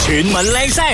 全民靚聲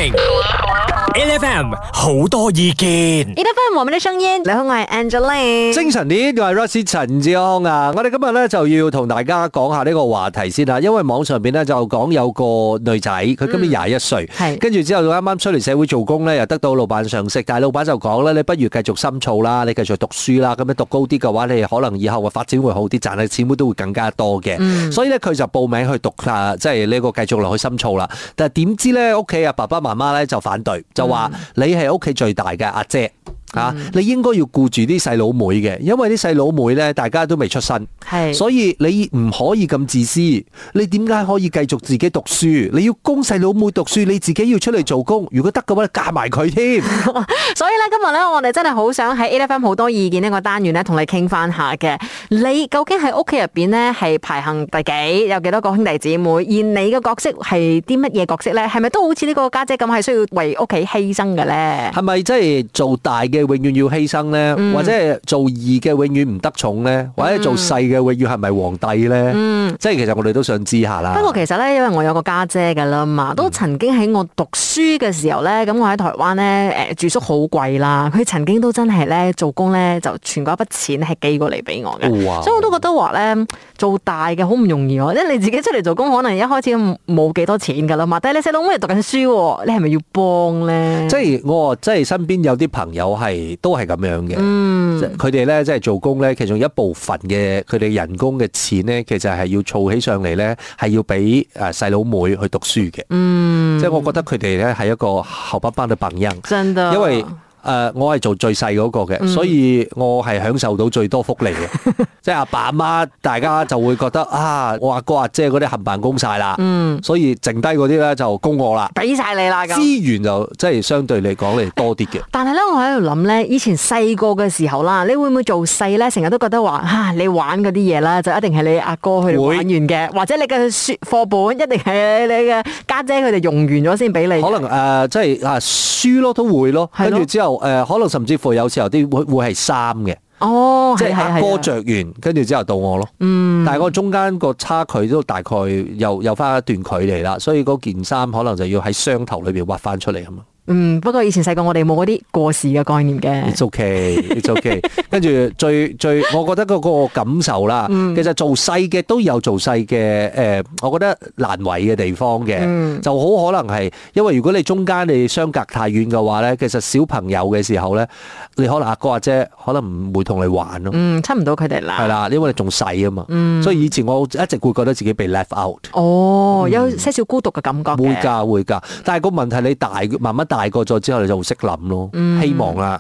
，LFM 好多意見。 LFM 我們的聲音，你好，我係 Angeline。 精神啲，我係 Rosie 陳志康啊！我哋今日咧就要同大家講下呢個話題先啦，因為網上邊咧就講有個女仔，佢今年21歲，跟住之後啱啱出嚟社會做工咧，又得到老闆賞識，但係老闆就講咧，你不如繼續深造啦，你繼續讀書啦，咁樣讀高啲嘅話，你可能以後嘅發展會好啲，賺嘅錢都會更加多嘅。所以咧，佢就報名去讀即係呢個繼續落去深造啦。但係點知咧，屋企啊爸爸媽媽咧就反對，就話你係屋企最大嘅阿姐。你應該要顧住啲細佬妹嘅，因為啲細佬妹咧，大家都未出身，所以你唔可以咁自私。你點解可以繼續自己讀書？你要供細佬妹讀書，你自己要出嚟做工。如果得嘅話，你嫁埋佢添。 所以咧，今日咧，我哋真係好想喺 LFM 好多意見呢個單元咧，同你傾翻下嘅。你究竟喺屋企入邊咧係排行第幾？有幾多個兄弟姊妹？而你嘅角色係啲乜嘢角色咧？係咪都好似呢個家姐咁，係需要為屋企犧牲嘅咧？係咪即係做大嘅？永遠要犧牲咧，或者係做二嘅永遠唔得寵咧，或者做細嘅永遠係咪皇帝咧？即係其實我哋都想知下啦。 不過其實咧，因為我有個家姐噶啦嘛，都曾經喺我讀書嘅時候咧，咁我喺台灣咧，住宿好貴啦。佢曾經都真係咧做工咧，就存過一筆錢係寄過嚟俾我嘅。 哇！ 所以我都覺得話咧，做大嘅好唔容易喎，即係你自己出嚟做工，可能一開始冇幾多錢噶啦嘛。但係你細佬妹讀緊書，你係咪要幫咧？ 即係我即係身邊有啲朋友都係咁樣嘅，佢哋咧即係做工咧，其中一部分嘅佢哋人工嘅錢咧，其實係要儲起上嚟咧，係要俾細佬妹去讀書嘅。即係我覺得佢哋咧係一個好棒棒嘅榜樣， 真的， 因為我係做最細嗰個嘅，所以我係享受到最多福利嘅。即係阿爸阿媽，大家就會覺得我阿哥阿姐嗰啲冚唪唥供晒啦，所以剩低嗰啲咧就供我啦， 俾晒你啦。 資源就即係相對嚟講嚟多啲嘅。 但係咧，我喺度諗咧，以前細個嘅時候啦，你會唔會做細咧？成日都覺得話你玩嗰啲嘢啦，就一定係你阿哥佢哋玩完嘅，或者你嘅課本一定係你嘅家姐佢哋用完咗先俾你。 可能即係書咯都會咯，跟住之後可能甚至乎有時候啲會係衫嘅。即係阿哥着完，跟住之後到我咯。但係我中間個差距都大概有翻一段距離啦，所以嗰件衫可能就要喺箱頭裏邊挖翻出嚟咁嘛。 不過以前細個我哋冇嗰啲過時嘅概念嘅。 It's okay。跟住最，我覺得嗰個感受啦，其實做細嘅都有做細嘅，我覺得難為嘅地方嘅，就好可能係因為如果你中間你相隔太遠嘅話咧，其實小朋友嘅時候咧，你可能阿哥阿姐可能唔會同你玩咯， 親唔到佢哋啦。係啦，因為你仲細啊嘛，所以以前我一直會覺得自己被 left out。 有些少孤獨嘅感覺。 會㗎，但係個問題你慢慢大個咗之後，你就會識諗咯。希望啦。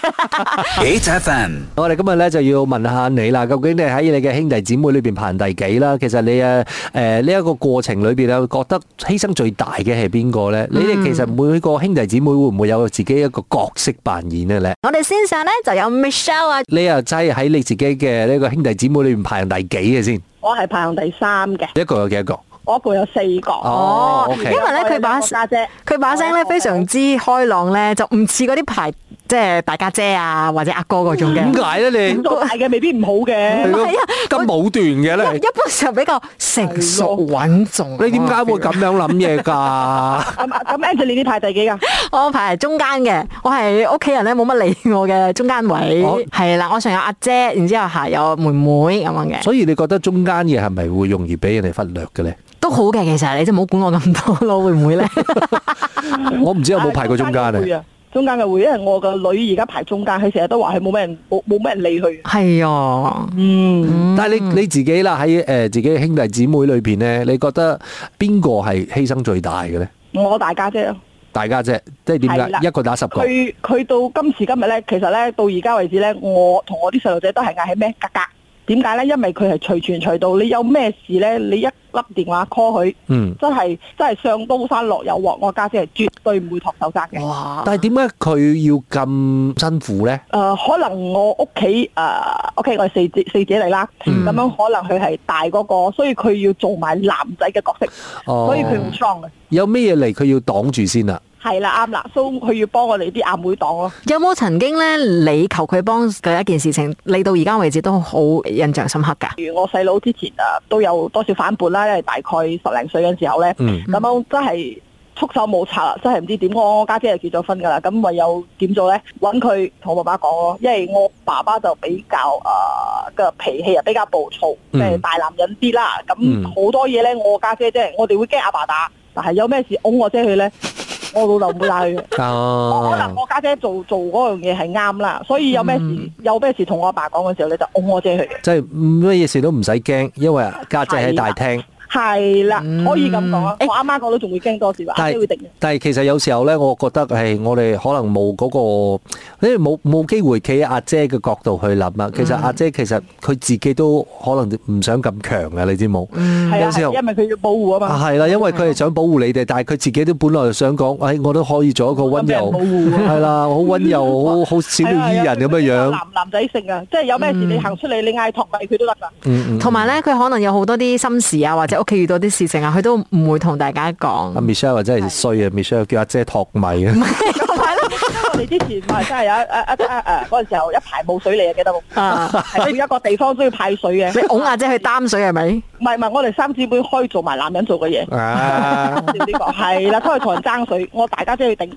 8FM， 我哋今日咧就要問下你啦，究竟你喺你嘅兄弟姊妹裏邊排第幾啦？其實你呢一個過程裏邊咧，覺得犧牲最大嘅係邊個咧？你哋其實每個兄弟姊妹會唔會有自己一個角色扮演嘅咧？ 我哋線上咧就有 Michelle 啊， 你又真係喺你自己嘅呢個兄弟姊妹裏邊排第幾嘅先？ 我係排行第3嘅。 一個有幾多個？ 我一輩有4個。 Okay。 因為咧佢把聲咧非常之開朗咧，就唔似嗰啲排即係大家姐啊或者阿哥嗰種嘅。 點解咧？你做大嘅未必唔好嘅。 唔係啊， 咁武斷嘅咧。 一般上比較成熟穩重。 你點解會咁樣諗嘢㗎？ 咁 Angeline 你排第幾㗎？ 我排喺中間嘅，我係屋企人咧冇乜理我嘅中間位。係啦，我上有阿姐，然之後下有妹妹咁樣嘅。 所以你覺得中間嘅係咪會容易俾人哋忽略嘅咧？ 都好嘅，其實你就唔好管我咁多咯，會唔會咧？ 我唔知有冇排過中間啊。 中間嘅會，因為我個女而家排中間，佢成日都話佢冇咩人理佢。 係啊， 但係你自己啦，喺自己兄弟姊妹裏邊咧，你覺得邊個係犧牲最大嘅咧？ 我大家姐咯。 大家姐，即係點解一個打10個？ 佢到今時今日咧，其實咧到而家為止咧，我同我啲細路仔都係嗌係咩格格。點解咧？因為佢係隨傳隨到，你有咩事咧，你一粒電話 call 佢，真係上刀山落油鑊。我家姐係絕對唔會托手踭嘅。 哇！但係點解佢要咁辛苦咧？ 可能我屋企我係四姐嚟啦，咁樣可能佢係大嗰個，所以佢要做埋男仔嘅角色，所以佢唔 strong 嘅。 有咩嘢嚟佢要擋住先啊？ 係啦，啱啦，所以佢要幫我哋啲阿妹擋咯。 有冇曾經咧，你求佢幫嘅一件事情，你到而家為止都好印象深刻噶？ 如我細佬之前都有多少反叛啦，因為大概10零歲嘅時候咧，咁樣真係束手無策啦，真係唔知點。我家姐係結咗婚噶啦，咁唯有點做咧？揾佢同我爸爸講咯，因為我爸爸就比較嘅脾氣比較暴躁，即係大男人啲啦。咁好多嘢咧，我家姐即係我哋會驚阿爸打，但係有咩事擁我姐去咧，我老豆唔會打佢嘅。可能我家姐做嗰樣嘢係啱啦，所以有咩事同我阿爸講嘅時候咧，就擁我姐去嘅。 即係乜嘢事都唔使驚，因為家姐喺大廳。 係啦，可以咁講啊！我阿媽講都仲會驚多時，阿姐會定嘅。 但係其實有時候咧，我覺得係我哋可能冇嗰個，因為冇機會企喺阿姐嘅角度去諗啊。其實阿姐其實佢自己都可能唔想咁強嘅，你知冇？有時候因為佢要保護啊嘛。 係啦，因為佢係想保護你哋，但係佢自己都本來想講，我都可以做一個溫柔，係啦，好溫柔，好小鳥依人咁嘅樣。 男仔性啊，即係有咩事你行出嚟，你嗌托米佢都得㗎。 同埋咧，佢可能有好多啲心事啊，或者屋企遇到啲事情啊，佢都唔會同大家講。 阿 Michelle 真係衰啊 ！Michelle 叫阿姐托米啊！ 我哋之前咪真係有嗰陣時候一排冇水嚟啊，記得冇？係每一個地方都要派水嘅。 你擁阿姐去擔水係咪？ 唔係，我哋三姊妹可以做埋男人做嘅嘢。係啦，都係同人爭水，我大家姐去頂。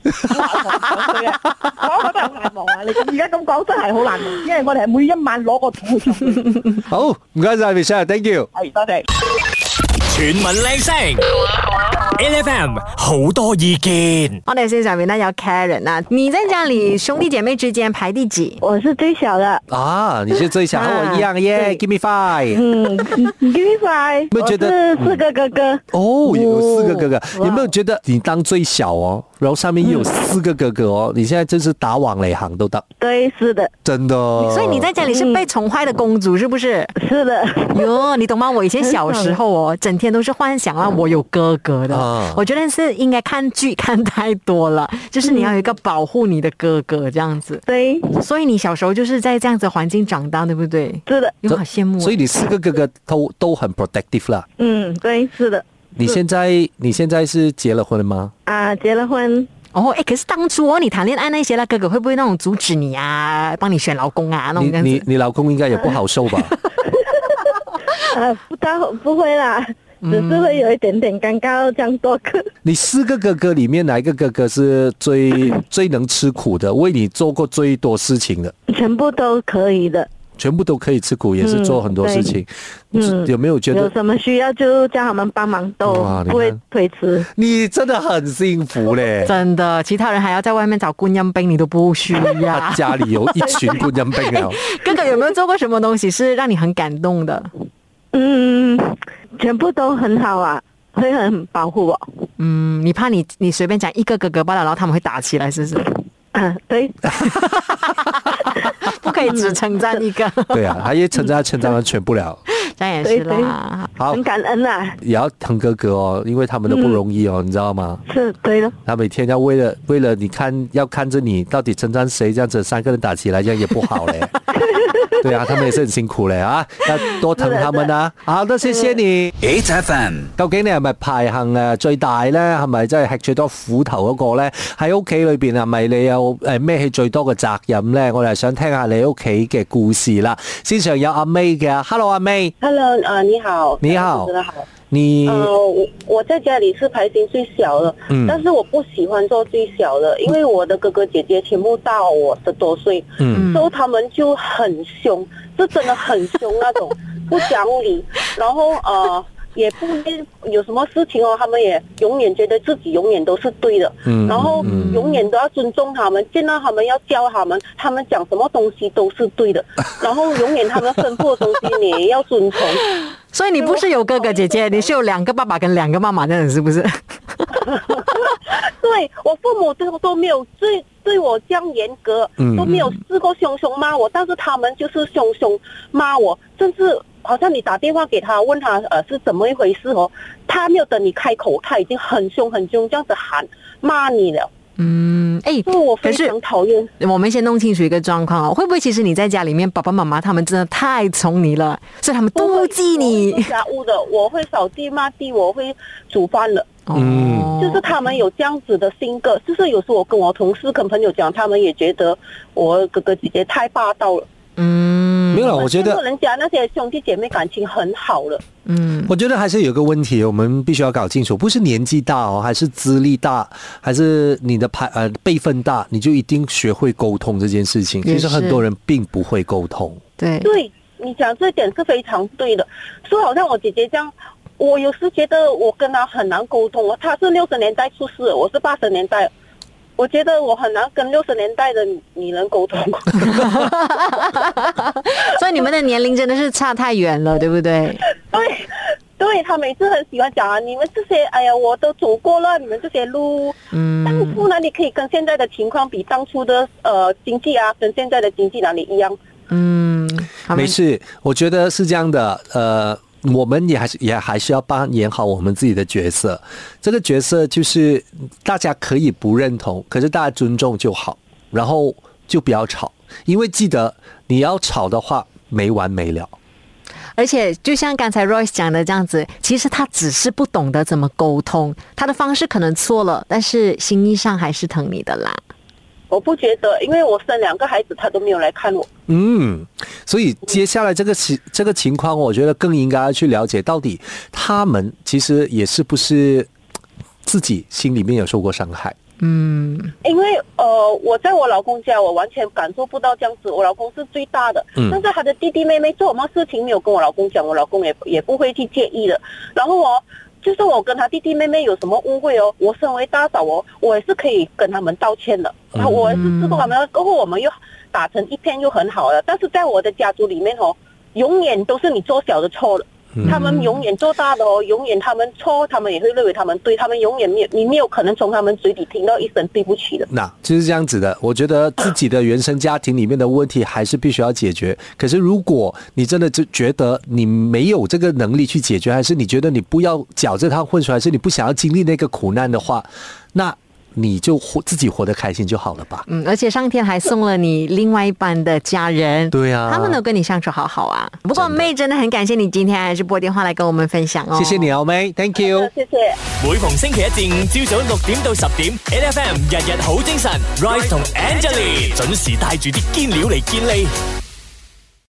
我覺得好難忘啊！你而家咁講真係好難忘，因為我哋係每一晚攞個桶去沖。 好，唔該晒 Michelle，thank you。 係，多謝。 全民靚聲 ，LFM 好多意見。 我哋線上面呢有 Karen 啊，你在家裏兄弟姐妹之間排第幾？ 我是最小的。 啊，你是最小，和我一樣耶 ！Give me five。 Give me five。 有沒有覺得 4個哥哥？ 哦，有4個哥哥。有沒有覺得你當最小哦，然後上面又有4個哥哥哦？你現在真是打網雷行都得。 對，是的。 真的。 所以你在家裏是被寵壞的公主，是不是？ 是的。 喲，你懂嗎？我以前小時候哦，整天都是幻想啊，我有哥哥的。我覺得是應該看劇看太多了，就是你要有一個保護你的哥哥這樣子。 對。所以你小時候就是在這樣子環境長大，對不對？ 是的。 有好羨慕。 所以你4個哥哥都很 protective 啦。 對，是的。 你現在是結了婚了嗎？ 啊，結了婚。 哦，可是當初你談戀愛那些啦，哥哥會不會那種阻止你啊，幫你選老公啊，那種樣子？ 你老公應該也不好受吧？ 不會啦，只是會有一點點尷尬，這樣多個。你 4個哥哥裏面，哪一個哥哥是最能吃苦的，為你做過最多事情的？ 全部都可以的。 全部都可以吃苦，也是做很多事情。有沒有覺得有什麼需要就叫他們幫忙，都不會推辭。 你真的很幸福咧， 真的。其他人還要在外面找觀音兵，你都不需要。 家裏有一群觀音兵啊！ 哥哥有沒有做過什麼東西是讓你很感動的？ 全部都很好啊，會很保護我。 你怕你隨便講一個哥哥罷了，然後他們會打起來，是不是？ 對。 不可以只稱讚一個。 對啊，他一稱讚完全不了。 這樣也是啦。 好， 很感恩啊。 也要疼哥哥哦，因為他們都不容易哦，你知道嗎？ 是，對的。 他每天要為了你要看着你到底稱讚誰，這樣子3個人打起來，這樣也不好嘞。對啊，他們也是很辛苦嘞啊，要多疼他們啊。好的，謝謝你。 8FM， 究竟你係咪排行最大咧？係咪真係吃最多苦頭嗰個咧？喺屋企裏邊係咪你有孭起最多嘅責任咧？我哋係想聽下你屋企嘅故事啦。線上有阿 May 嘅 ，Hello 阿 May。Hello， 你好。 你好。 主持人好。 你我在家裡是排行最小的，但是我不喜歡做最小的，因為我的哥哥姐姐全部大我10多歲，所以他們就很凶，是真的很凶那種，不講理，然後也不有什麼事情哦，他們也永遠覺得自己永遠都是對的，然後永遠都要尊重他們，見到他們要教他們，他們講什麼東西都是對的，然後永遠他們吩咐的東西你也要遵從。 所以你不是有哥哥姐姐，你是有2個爸爸跟2個媽媽這樣，是不是？ 對，我父母都沒有對我這樣嚴格，都沒有試過凶凶罵我，但是他們就是凶凶罵我，甚至好像你打電話給他問他是怎麼一回事哦，他沒有等你開口，他已經很凶這樣子喊罵你了。所以我非常討厭。 我們先弄清楚一個狀況哦，會不會其實你在家裡面，爸爸媽媽他們真的太寵你了，所以他們妒忌你。 做家務的，我會掃地抹地，我會煮飯的。就是他們有這樣子的性格，就是有時候我跟我同事跟朋友講，他們也覺得我哥哥姐姐太霸道了。 没有了，我觉得人家那些兄弟姐妹感情很好了。 我觉得还是有个问题，我们必须要搞清楚，不是年纪大哦，还是资历大，还是你的辈分大，你就一定学会沟通这件事情。其实很多人并不会沟通。 对，你讲这点是非常对的。说好像我姐姐这样，我有时觉得我跟她很难沟通。她是60年代出世，我是80年代。我觉得我很难跟60年代的女人沟通。 所以你们的年龄真的是差太远了，对不对？ 对，他每次很喜欢讲啊，你们这些，哎呀，我都走过了，你们这些路，当初哪里可以跟现在的情况比？当初的经济啊，跟现在的经济哪里一样？ 没事，我觉得是这样的，我们也还是要扮演好我们自己的角色。这个角色就是大家可以不认同，可是大家尊重就好，然后就不要吵，因为记得你要吵的话没完没了。 而且就像刚才 Royce 讲的这样子，其实他只是不懂得怎么沟通，他的方式可能错了，但是心意上还是疼你的啦。 我不觉得，因为我生2个孩子，他都没有来看我。 所以接下来这个情况，我觉得更应该要去了解，到底他们其实也是不是自己心里面有受过伤害。 因为我在我老公家，我完全感受不到这样子。我老公是最大的，但是他的弟弟妹妹做什么事情没有跟我老公讲，我老公也不会去介意的。然后就算我跟他弟弟妹妹有什么误会我身为大嫂我也是可以跟他们道歉的。我也是知道他们过后我们又打成一片又很好了。但是在我的家族里面永远都是你做小的错了。他们永远做大的永远他们错，他们也会认为他们对，他们永远你没有可能从他们嘴里听到一声对不起的。 那就是这样子的，我觉得自己的原生家庭里面的问题还是必须要解决。可是如果你真的就觉得你没有这个能力去解决，还是你觉得你不要搅这趟混水，还是你不想要经历那个苦难的话，那你就自己活得开心就好了吧。 而且上天还送了你另外一半的家人， 对啊， 他们都跟你相处好好啊。不过妹真的很感谢你今天还是拨电话来跟我们分享谢谢你妹 ，Thank you， 谢谢。 每逢星期一至五朝早6點到10點 ，8FM 日日好精神 ，Royce 同 Angeline 準時帶住啲堅料嚟健利。